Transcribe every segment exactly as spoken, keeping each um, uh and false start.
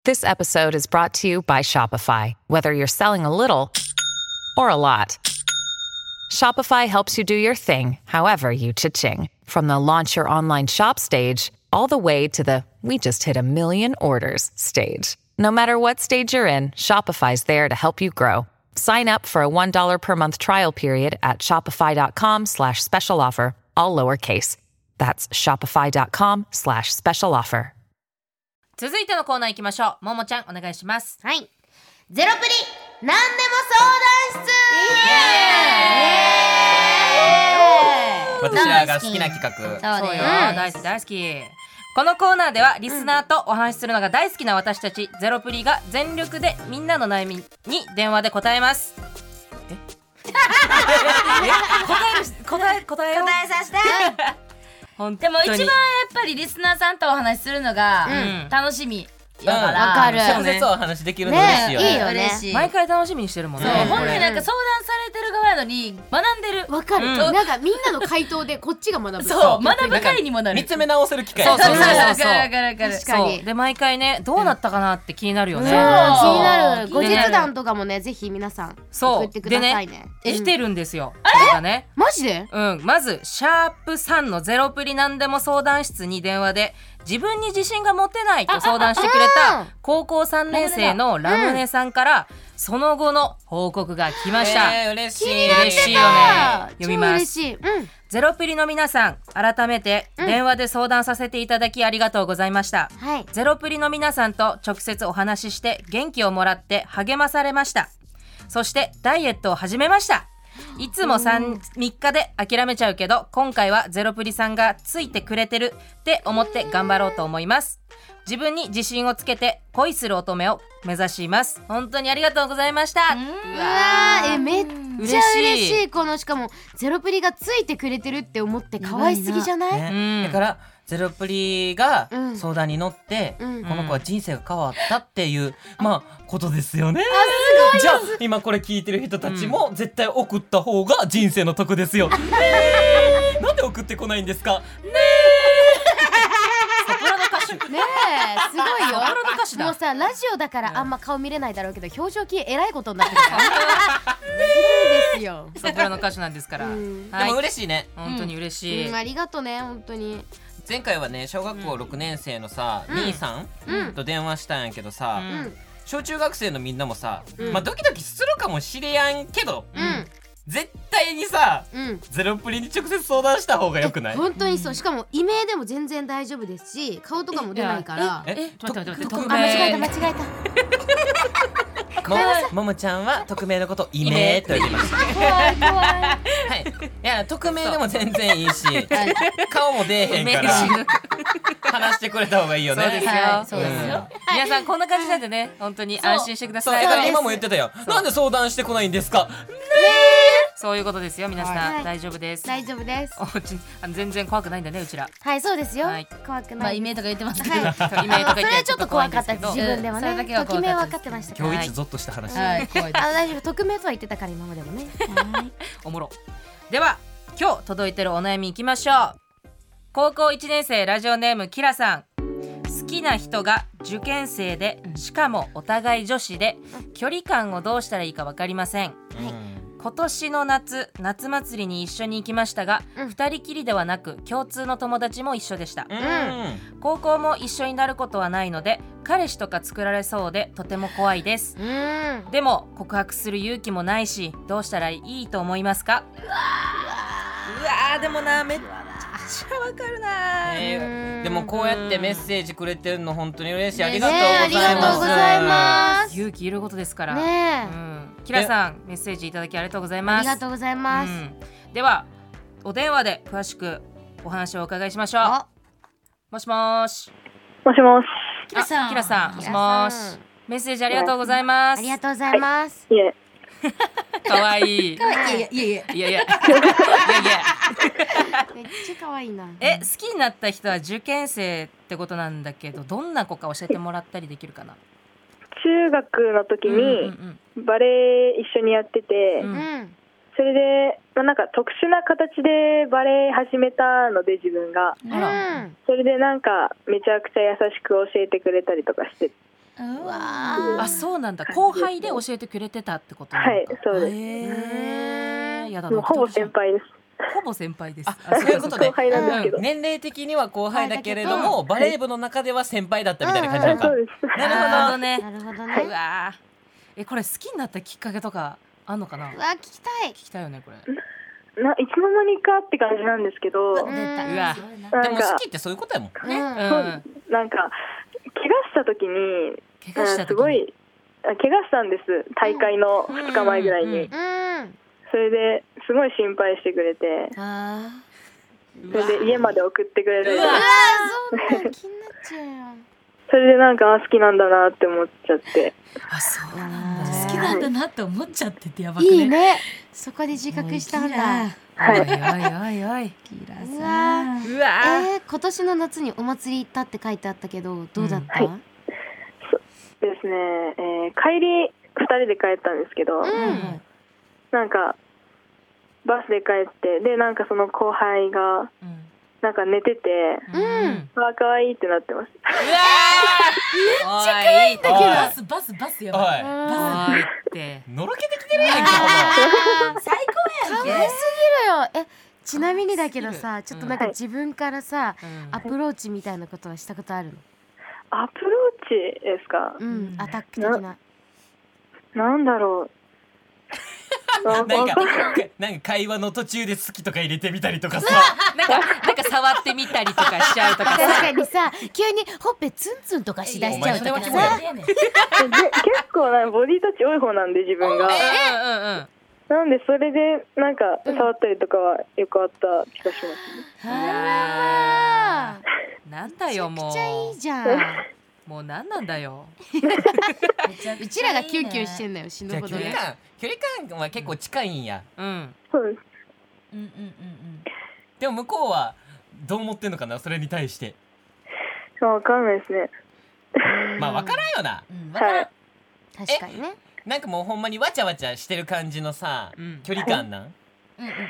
This episode is brought to you by Shopify. Whether you're selling a little or a lot, Shopify helps you do your thing, however you cha-ching. From the launch your online shop stage, all the way to the we just hit a million orders stage. No matter what stage you're in, Shopify's there to help you grow. Sign up for a one dollar per month trial period at shopify.com slash special offer, all lowercase. That's shopify.com slash special offer. 続いてのコーナー行きましょう。ももちゃんお願いします。 はい。ゼロプリ何でも相談室。 私らが好きな企画。 そうよ、大好き大好き。このコーナーではリスナーとお話しするのが大好きな私たちゼロプリが全力でみんなの悩みに電話で答えます。ええ答える答え答えよう答えさせてでも一番やっぱりリスナーさんとお話しするのが楽しみだから、 わかる。直接お話できるの嬉しいよね。 いいよね。 毎回楽しみにしてるもんね。 本来なんか相談されてる側やのに学んでる。 わかる。なんかみんなの回答でこっちが学ぶ。 そう学ぶ会にもなる。 見つめ直せる機会。 そうそうそうそう。 確かに。 で毎回ねどうなったかなって気になるよね。 そう気になる。後日談とかもねぜひ皆さん送ってくださいね。 来てるんですよ。これがね。 マジで？ うん。まずシャープさんのゼロプリなんでも相談室に電話で自分に自信が持てないと相談してくれた高校さんねん生のラムネさんからその後の報告が来ました。 えー、嬉しい。 嬉しいよね。読みます。 嬉しい。うん。 ゼロプリの皆さん、改めて電話で相談させていただきありがとうございました。 はい。 ゼロプリの皆さんと直接お話しして元気をもらって励まされました。そしてダイエットを始めました。いつもさん、みっかで諦めちゃうけど今回はゼロプリさんがついてくれてるって思って頑張ろうと思います。自分に自信をつけて恋する乙女を目指します。本当にありがとうございました。 うわーえめっちゃ嬉しい。このしかもゼロプリがついてくれてるって思って可愛すぎじゃない？ ね、だからゼロプリが相談に乗って、うん、この子は人生が変わったっていう、うん、まあことですよね。 あすごい。 じゃあ今これ聞いてる人たちも絶対送った方が人生の得ですよ。ねえなんで送ってこないんですかねソプラノ歌手ねえすごいよ。 ソプラノ歌手だ。 もうさラジオだからあんま顔見れないだろうけど表情筋えらいことになってるからすごいですよ。 ソプラノ歌手なんですから、うん、 はい、でも嬉しいね。 本当に嬉しい、 うんうん、ありがとね本当に。 前回はね小学校ろくねん生のさ、うん、兄さんと電話したんやけどさ、うん、小中学生のみんなもさ、うん、まあドキドキするかもしれやんけど、うん、絶対にさ、うん、ゼロプリに直接相談した方がよくない？ 本当にそう。しかも異名でも全然大丈夫ですし顔とかも出ないから。 えええちょっと待って待ってあ間違えた間違えたも, ももちゃんは匿名のことを異名と呼びます。 怖い怖い。 はい。いや匿名でも全然いいし、顔も出えへんから話してくれた方がいいよね。 そうですよ。 はい、そうですよ、 うん。皆さんこんな感じなんでね、本当に安心してください。 だから今も言ってたよ。なんで相談してこないんですか。ねそういうことですよ皆さん、はい、大丈夫です。 大丈夫です。 あの全然怖くないんだねうちら。 はいそうですよ。はい、怖くない。 まあ異名とか言ってますけど。 はい、それはちょっと怖かったです自分でもね。 それだけは匿名は分かってましたから。 今日一ゾッとした話。 はい怖いです。 あ大丈夫匿名とは言ってたから今までもね。はい。 おもろ。では今日届いてるお悩みいきましょう。高校いちねん生ラジオネームキラさん。好きな人が受験生でしかもお互い女子で距離感をどうしたらいいか分かりません。はい今年の夏夏祭りに一緒に行きましたが、うん、ふたりきりではなく共通の友達も一緒でした、うん、高校も一緒になることはないので彼氏とか作られそうでとても怖いです、うん、でも告白する勇気もないしどうしたらいいと思いますか？うわうわーでもなめっちゃわかるな、えー、でもこうやってメッセージくれてるの本当に嬉しい、ありがとうございます、 ね、ありがとうございます。 勇気いることですから、 ねうん、キラさんメッセージいただきありがとうございます。 ありがとうございます、うん、 ではお電話で詳しくお話をお伺いしましょう。もしもーし。 もしもし。 キラさん、キラさんもしもーし。メッセージありがとうございます。 ありがとうございます、 はい、いえかわいい。 かわいい。いやいやいやいやいやいやいやめっちゃ可愛いな。 え好きになった人は受験生ってことなんだけどどんな子か教えてもらったりできるかな。 中学の時にバレエ一緒にやってて、うんうん、それで、まあ、なんか特殊な形でバレエ始めたので自分が、うん、それでなんかめちゃくちゃ優しく教えてくれたりとかしてうわあ、そうなんだ。後輩で教えてくれてたってことなのか。 はい、そうです。 へー、やだ、 もうほぼ先輩です。 ほぼ先輩です。 あ、そういうことで後輩なんですけど。 年齢的には後輩だけれども、バレー部の中では先輩だったみたいな感じなのか。 そうです。 なるほどね。 なるほどね。 うわー、え、これ好きになったきっかけとかあんのかな。 うわ、聞きたい。 聞きたいよねこれ。 ないつの間にかって感じなんですけど、 出たうわなんでも好かきってそういうことやもんね。 うん。 うん。 なんか怪我した時に、 怪我した時にすごいあ怪我したんです。大会のふつかまえぐらいに。 うんうんうん。 それですごい心配してくれて、 あそれで家まで送ってくれる。 うわあ、そうなん気になっちゃうよ。 それでなんかあ好きなんだなって思っちゃって。 あ、そうなんだ。 好きなんだなって思っちゃっててやばくね。 いいね。そこで自覚したんだ。 はいおいおいおいおい。 キラうさわん。 うわー。 えー、今年の夏にお祭り行ったって書いてあったけど、どうだった？ うんはいですね、えー帰りふたりで帰ったんですけど、 うんなんかバスで帰ってでなんかその後輩がうんなんか寝てて、 うん。 あ可愛いってなってました。 うわー。めっちゃ可愛いんだおいバスバスバスやばい。 おおいって。 いのろけてきてるやんけほ最高やんけ。 可愛すぎるよ。え、ちなみにだけどさ、ちょっとなんか自分からさ、 うんアプローチみたいなことはしたことあるの？ アプローチですか？ うん、アタック的な。 なんだろう。あなんかわかんないなんか会話の途中で好きとか入れてみたりとかさなんかなんか触ってみたりとかしちゃうとか確さ。 かにさ、急にほっぺツンツンとかしだしちゃうとかお前それはさ。 で結構なんかボディタッチ多い方なんで自分が。 うんうんうん。 なんでそれでなんか触ったりとかはよくあった気がしますね。 あなんだよもめっちゃいいうじゃん。 もうなんなんだよ。 うちらがキュンキュンしてんだよ、死ぬじゃあほどね。 距離感距離感は結構近いんや。 うん。 そうです。 うんうんうんでも向こうはどう思ってんのかなそれに対して。 わかんないですね。 まあ分からんよな。 うんうん。わからん。 確かにね。 なんかもうほんまにわちゃわちゃしてる感じのさ、 うん距離感なん。 うんうん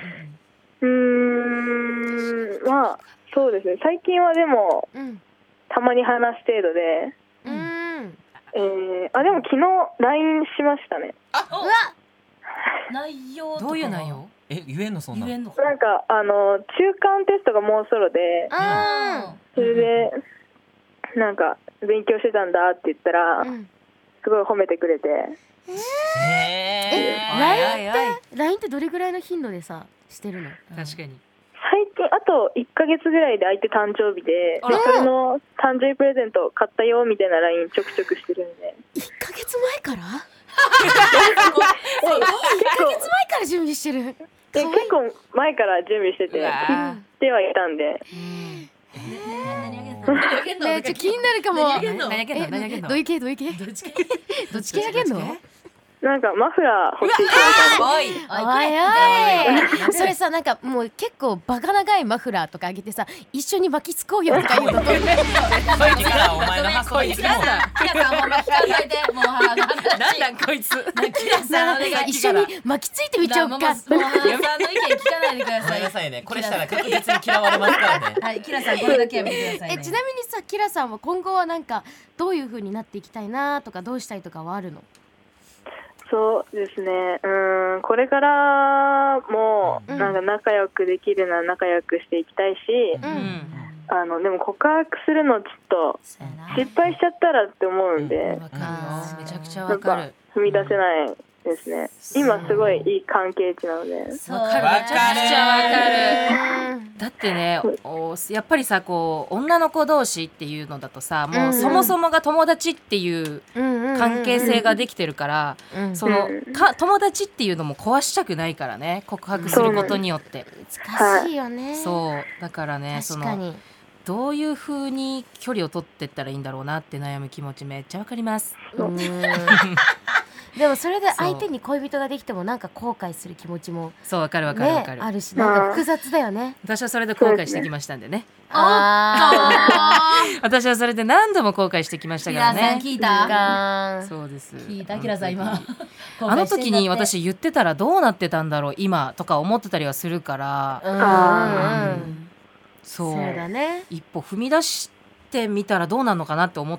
うんうーん、まあそうですね。最近はでもうん。 たまに話す程度で、 うん。 えー、あでも昨日 ライン しましたね。 うわ、 うん。内容とかはどういう内容？ え言えんのそんなん。 言えんのかなんかあの中間テストがもうそろで、 あそれでなんか勉強してたんだって言ったら、 ーうん。 すごい褒めてくれて、 へえ。 ラインおいおいおいって、ラインってどれぐらいの頻度でさ、してるの？ 確かに。 最近あといっかげつぐらいで相手誕生日で、 あらでそれの誕生日プレゼント買ったよみたいな ライン ちょくちょくしてるんで、 いっかげつまえから？ 結構いっかげつまえから準備してる。 で結構前から準備しててうわ聞いてはいたんで、 何あげんの何あげんのねえ、ちょっと気になるかも。 何あげんの何あげんの何あげんのどいけどいけどっちかどっち系あげんの？ なんかマフラー欲しいって言われたんで、 おい。 おいおい、それさ、なんかもう結構バカ長いマフラーとかあげてさ、一緒に巻きつこうよとか言うのとそういうからお前の発想いつも。 キラさん、キラさんもう巻き考えて、もうはなんなんこいつ。 キラさんお願い。 一緒に巻きついてみちゃおうか。 もうもうもう原さんの意見聞かないでくだごさい。 めんなさいね。これしたら確実に嫌われますからね。 はい、キラさんこれだけは見てくださいえ、 ね。 ちなみにさ、キラさんは今後はなんかどういう風になっていきたいなとか、どうしたいとかはあるの？ そうですね、うーんこれからもうんなんか仲良くできるなら仲良くしていきたいし、 う。 うんん。 あのでも告白するのちょっとそうやな失敗しちゃったらって思うんで、 わかるあーよ。めちゃくちゃなんかわかる。 踏み出せないですね。今すごいいい関係値なので、 そうわかる。めちゃくちゃわかる。 うんだってね、おやっぱりさこう女の子同士っていうのだとさもう、 うんそもそもが友達っていう関係性ができてるから、 うんそのうんか友達っていうのも壊したくないからね告白することによって、 難しいよね。 そうだからねその確かに。 どういう風に距離を取ってったらいいんだろうなって悩む気持ちめっちゃわかります。 うんでもそれで相手に恋人ができてもなんか後悔する気持ちもそうわかるわかるわねかる、 あるし、なんか複雑だよね。 私はそれで後悔してきましたんでねあ私はそれで何度も後悔してきましたからキラさんね聞いーた？ がそうです聞いたキラさん今。 あの時に私言ってたらどうなってたんだろう今とか思ってたりはするから、 うんうんあうんそうそうだね。 一歩踏み出してみたらどうなのかなって思っ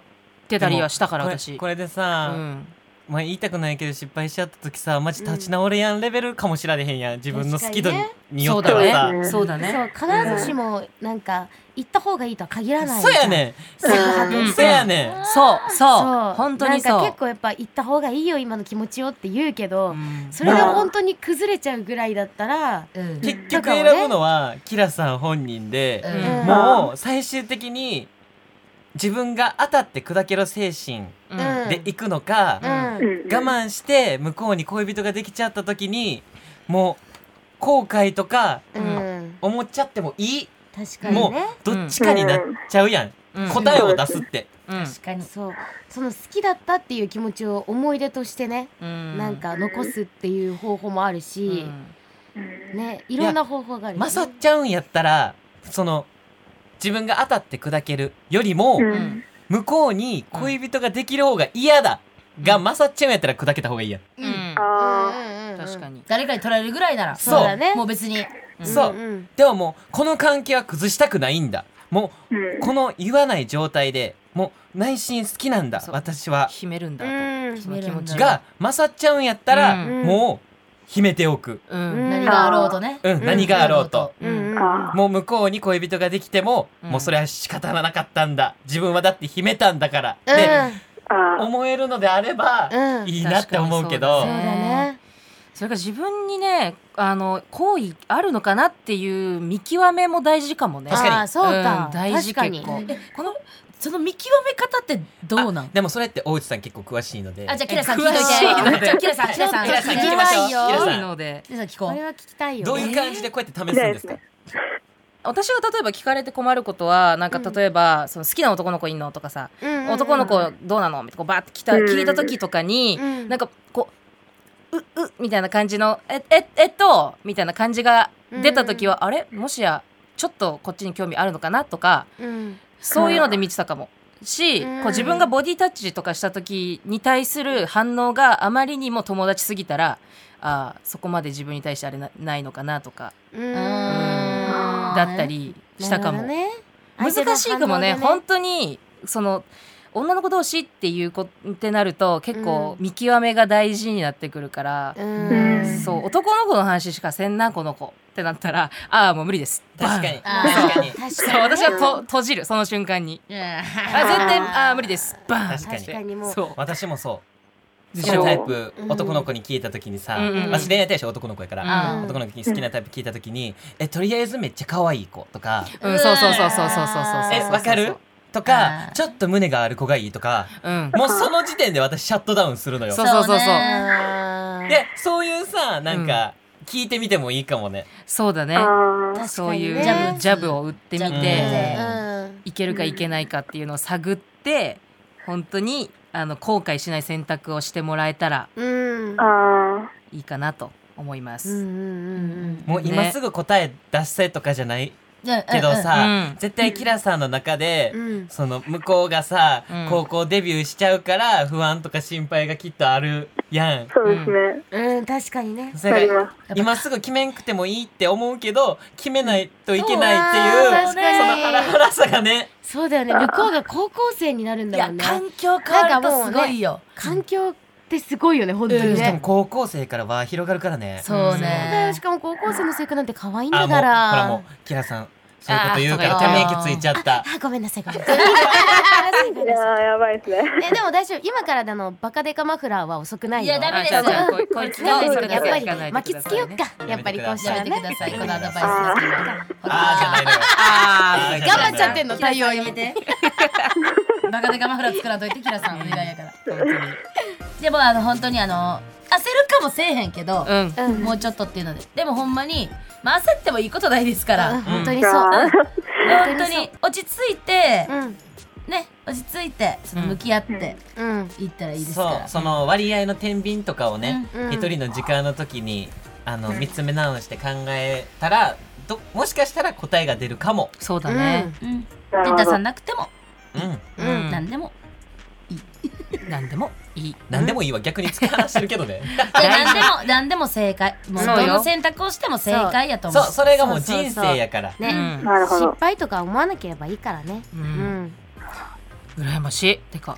てたりはしたからこれ私これでさ、 うんまあ言いたくないけど失敗しちゃった時さマジ立ち直れやんレベルかもしられへんやん自分の好き度によってはさ、 ねそうだねそう必ずしもなんか行った方がいいとは限らないそうやねんそうそうやねんそうそうそう本当にそうなんか結構やっぱ行った方がいいよ今の気持ちよって言うけど、 うんそれが本当に崩れちゃうぐらいだったら、 うん結局選ぶのはキラさん本人で、 うんもう最終的に自分が当たって砕けろ精神うんで行くのか、 うんうん我慢して向こうに恋人ができちゃった時にもう後悔とかうん思っちゃってもいい、 確かにもうねどっちかになっちゃうやん、 うん答えを出すって、 うん確かにそうその好きだったっていう気持ちを思い出としてね、 うんなんか残すっていう方法もあるし、 うんねいろんな方法があるよね、 勝っちゃうんやったらその自分が当たって砕けるよりも、 うん向こうに恋人ができる方が嫌だが勝っちゃうんやったら砕けた方がいいやん、 うんあうんうんうん確かに誰かに取られるぐらいならそうだねもう別にそう、 んんでももうこの関係は崩したくないんだもーううんこの言わない状態でもう内心好きなんだそう私は秘めるんだうんとその気持ちが勝っちゃうんやったら、 うんもう秘めておく、 うん何があろうとねうん、何があろうと、 うんうんうんあもう向こうに恋人ができても、 うんもうそれは仕方なかったんだ自分はだって秘めたんだから、 うんであー思えるのであれば、 うんいいなって思うけどそうだねそれから自分にねあの好意あるのかなっていう見極めも大事かもね確かにあーそうか、 うん大事確かに結構えこのその見極め方ってどうなんでもそれって大内さん結構詳しいのであじゃあキラさん聞いといて詳しいのでじゃあキラさんキラさんキラさんキラ聞きましょう聞きたいよキラさんいいのでさん聞こうこれは聞きたいよどういう感じでこうやって試すんですか、 私が例えば聞かれて困ることはなんか例えば、その好きな男の子いんのとかさ、 うんうんうん男の子どうなのみたいなこうバーって来たうん聞いた時とかに、 うんなんかこうううみたいな感じのえええっとみたいな感じが出た時は、あれもしやちょっとこっちに興味あるのかなとかうんそういうので見てたかもし、 うんこう自分がボディタッチとかした時に対する反応があまりにも友達すぎたらあーそこまで自分に対してあれなないのかなとかうーんだったりしたかも、 なるほどね難しいかもね相手の反応本当にその女の子同士っていうこってなると結構見極めが大事になってくるから、 でねうんそう男の子の話しかせんなこの子ってなったらああもう無理です確かにあー確かに確そう私はと閉じるその瞬間にいやあ絶対あー無理ですバーン確かに確かにもうそう私もそうでしょ好きなタイプうん男の子に聞いた時にさ、 うんうんうん私恋愛対象男の子やから、 うん男の子に好きなタイプ聞いた時に、えとりあえずめっちゃ可愛い子とか、 うんそうそうそうそうそうそうそうそうえわかるとかあーちょっと胸がある子がいいとかうんもうその時点で私シャットダウンするのよそうそうそうそうあーでそういうさなんか聞いてみてもいいかもね、 そうだねあーそういう確かにねジャブジャブを打ってみジャブてうんいけるかいけないかっていうのを探って本当にあの後悔しない選択をしてもらえたらうんあいいかなと思います。 うんうんうんもう今すぐ答え出せとかじゃないじゃあけどさ、 うん絶対キラさんの中で、 うんその向こうがさ、 うん高校デビューしちゃうから不安とか心配がきっとあるやん。 そうですね、 うんうん確かにねそれがあります今すぐ決めんくてもいいって思うけど決めないといけないっていう、 そうだねそのハラハラさがねそうだよね向こうが高校生になるんいやだもんね環境変わるとすごいよ環境ってすごいよね本当にうんしかもね高校生からは広がるからね。 そうそうだねよしかも高校生の制服なんて可愛いんあもうほだかららもうキラさんそういうこと言うからあーため息ついちゃった。 あごめんなさいごめんなさいごめんなさいごめいやんなさいーやばいですねえでも大丈夫今からであのバカデカマフラーは遅くないよいやダメですあじゃあこいこいつねねそうですやっぱり聞かないで巻きつけよっくだかやっぱりこうしたやらねめてくださいこのアドバイスですけどあーじゃないのよ。 あーーじゃないのよ頑張っちゃってんのキラさん対応にやめてバカデカマフラー作らんといてキラさんお願いやから本当にでもあの本当にあの焦るかもせえへんけど、 うんうんもうちょっとっていうのででもほんまに、まあ、焦ってもいいことないですから、 うん本当にそうあー本当に落ち着いて、 うんね落ち着いてその向き合ってうんいったらいいですから、 そうその割合の天秤とかをねうん一、人の時間の時にあの見つめ直して考えたらどもしかしたら答えが出るかも。 そうだねうん、 なるほどで出さなくても、 うん。 うん何でも何でもいい何でもいいわ逆に突き放してるけどね。 いや何でも何でも正解もうそうよどの選択をしても正解やと思そううそれがもう人そうそうそう生やから。 ねうんなるほど失敗とか思わなければいいからねううんん羨ましいてか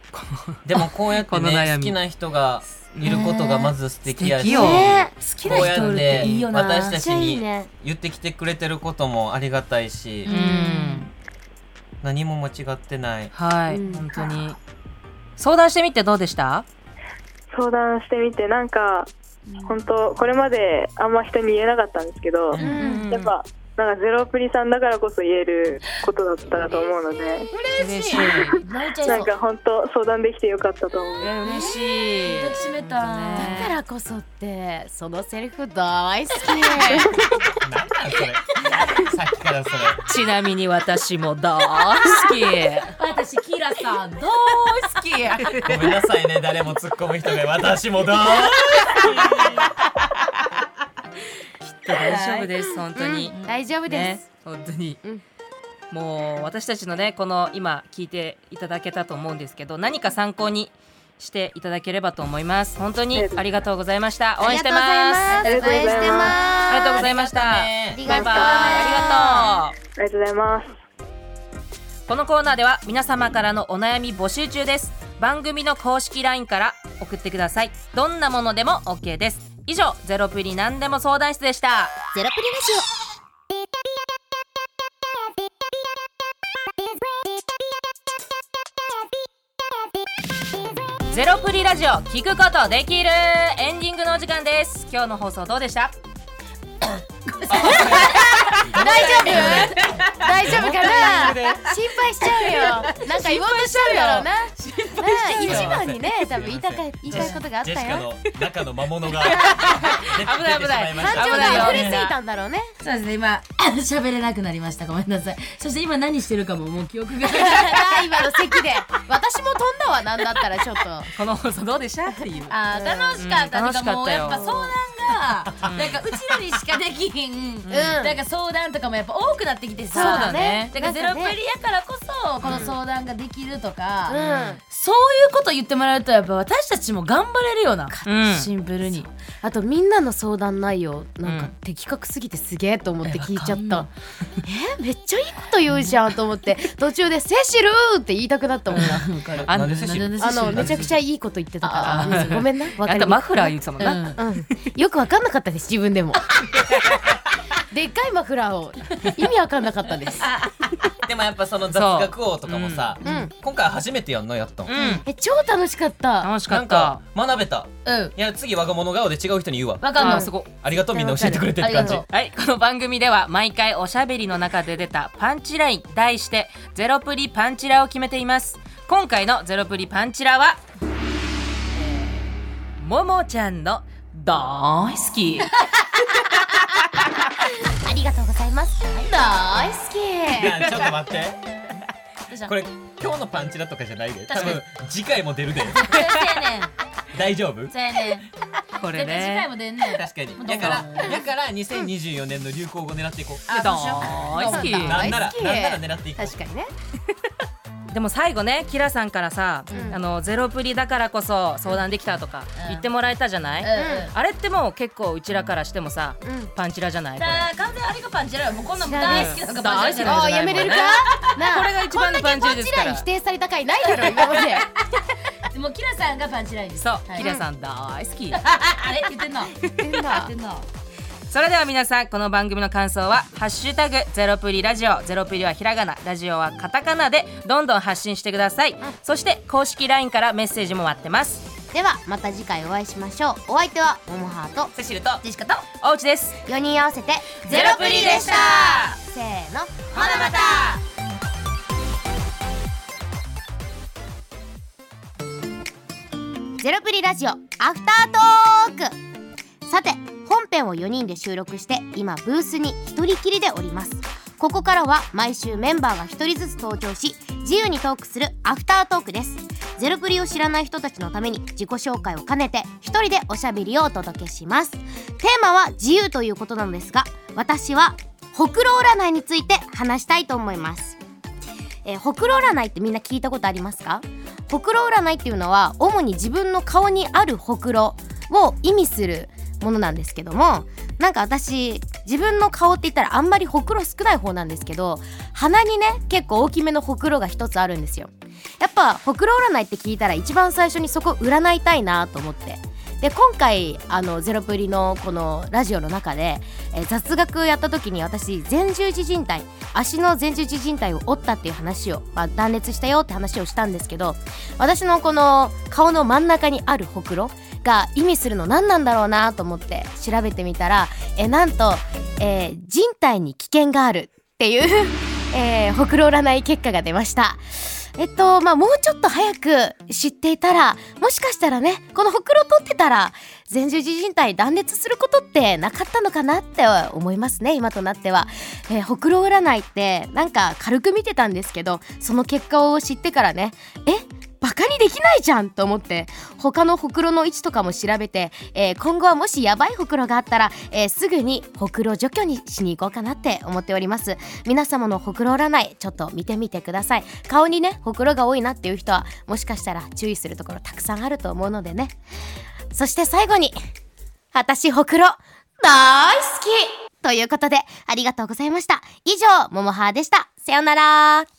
でもこうやってこの悩みね好きな人がいることがまず素敵やし、 素敵よね好きな人おるっていいよな。 こうやって私たちめっちゃいいにね言ってきてくれてることもありがたいし、 うん何も間違ってない。 はい、 うん本当に相談してみてどうでした？ 相談してみてなんか本当これまであんま人に言えなかったんですけど、 うんやっぱなんかゼロプリさんだからこそ言えることだったらと思うので、 嬉しい。 泣いちゃいそう。 なんか本当相談できてよかったと思う。 いや嬉しい。 抱きしめた。 だからこそってそのセリフ大好きなんなんそれさっきからそれちなみに私も大好き。 私キラさん大好き。 ごめんなさいね、誰も突っ込む人が私もだ大丈夫です本当に。 大丈夫でねす、 本当に、 うんもう私たちのねこの今聞いていただけたと思うんですけど、何か参考にしていただければと思います。本当にありがとうございました。応援してます。 ありがとうございます。応援してます。 ありがとうございました。 ありがとうバイバイ。ありがとう。 ありがとうございます。 このコーナーでは皆様からのお悩み募集中です。番組の公式 ライン から送ってください。どんなものでも OK です。以上ゼロプリ何でも相談室でした。 ゼロプリラジゼロプリラジオ聞くことできるエンディングのお時間です。今日の放送どうでした？ 大丈夫大丈夫かな心配しちゃうよ。なんか言おうとしちゃうだろうな。一番にね多分言いたかい言いたいことがあったジェシカよ。 の中の魔物が危ない危ない感情が溢れすぎたんだろうね。 そうですね、今喋れなくなりました。ごめんなさい。そして今何してるかももう記憶が今の席で私も飛んだわ。なんだったらちょっとこの放送どうでしたっていう。 あー楽しかった。 うんてかもうやっぱ楽しか相談がなんかうちらにしかできひん、なんか相談とかもやっぱ多くなってきてさ、 そうだね。 だからゼロプリやからこそこの相談ができるとか、 うんそういうこと言ってもらうとやっぱ私たちも頑張れるよな、 うんシンプルに。 あとみんなの相談内容なんか的確すぎてすげえと思って聞いちゃった。えめっちゃいいこと言うじゃんと思って途中でセシルって言いたくなったもんな。 あなんでセシルあのめちゃくちゃいいこと言ってたあからごめんな。わかりあとマフラー言ってたもんな。 うんよくわかんなかったです自分でも。でっかいマフラーを意味わかんなかったです。 でもやっぱその雑学王とかもさ、 うんうん今回初めてやんのやったの、 うんえ超楽しかった。 楽しかったなんか。学べた。 うんいや次我が物顔で違う人に言うわ。 わかんない。 あすごい。 ありがとうみんな教えてくれてって感じ。 ありがとはい、この番組では毎回おしゃべりの中で出たパンチライン題してゼロプリパンチラを決めています。今回のゼロプリパンチラは、えー、ももちゃんの大好き。 ありがとうございます。大好き。 いやちょっと待って。 どうしたこれ今日のパンチラとかじゃないで。多確かに分次回も出るで。 そうやねん大丈夫？ そうやねんこれ絶対次回ね。 も出んねん。 確かに。 どうだからだからにせんにじゅうよねんの流行語狙っていこう。 あどうしよう大好き。 なんなら大好きなんなら狙っていこう。 確かにね。 でも最後ね、キラさんからさ、 うんあのゼロプリだからこそ相談できたとかうん言ってもらえたじゃない、 うんうんあれってもう結構うちらからしてもさ、 うんパンチラじゃないこれ。 だから完全にあれがパンチラよ。もうこんなもん大好きなのがパンチラ大好きなのあーやめれるかなあこれが一番のパンチラですからこんだけパンチライン否定された回ないだろ今まで。 でもキラさんがパンチラインです。 そう、 はいキラさん大好き。 あれ言ってんの言言ってんだってんの。 それでは皆さん、この番組の感想はハッシュタグゼロプリラジオ、ゼロプリはひらがな、ラジオはカタカナでどんどん発信してください、そして公式 ライン からメッセージも待ってます。 ではまた次回お会いしましょう。お相手はももはーとセシルとジェシカとおうちです。 よにん合わせてゼロプリでした。 せーのまだまた。 ゼロプリラジオアフタートーク。さて本編をよにんで収録して今ブースに一人きりでおります。ここからは毎週メンバーが一人ずつ登場し自由にトークするアフタートークです。ゼロプリを知らない人たちのために自己紹介を兼ねて一人でおしゃべりをお届けします。テーマは自由ということなのですが、私はほくろ占いについて話したいと思います。えー、ほくろ占いってみんな聞いたことありますか？ほくろ占いっていうのは主に自分の顔にあるほくろを意味するものなんですけども、なんか私自分の顔って言ったらあんまりほくろ少ない方なんですけど、鼻にね結構大きめのほくろが一つあるんですよ。 やっぱほくろ占いって聞いたら一番最初にそこ占いたいなと思って、で今回あのゼロプリのこのラジオの中で、えー、雑学やった時に私前十字靭帯、足の前十字靭帯を折ったっていう話を、まあ、断裂したよって話をしたんですけど、私のこの顔の真ん中にあるほくろが意味するの何なんだろうなと思って調べてみたら、えなんと、えー、人体に危険があるっていう、えー、ほくろ占い結果が出ました。えっとまあもうちょっと早く知っていたら、もしかしたらねこのほくろ取ってたら前十字靭帯断裂することってなかったのかなって思いますね、今となっては。えー、ほくろ占いってなんか軽く見てたんですけど、その結果を知ってからね、えバカにできないじゃんと思って他のほくろの位置とかも調べて、えー、今後はもしやばいほくろがあったら、えー、すぐにほくろ除去にしに行こうかなって思っております。皆様のほくろ占いちょっと見てみてください。顔にねほくろが多いなっていう人はもしかしたら注意するところたくさんあると思うのでね。そして最後に、私ほくろ大好きということでありがとうございました。以上ももはーでした。さよなら。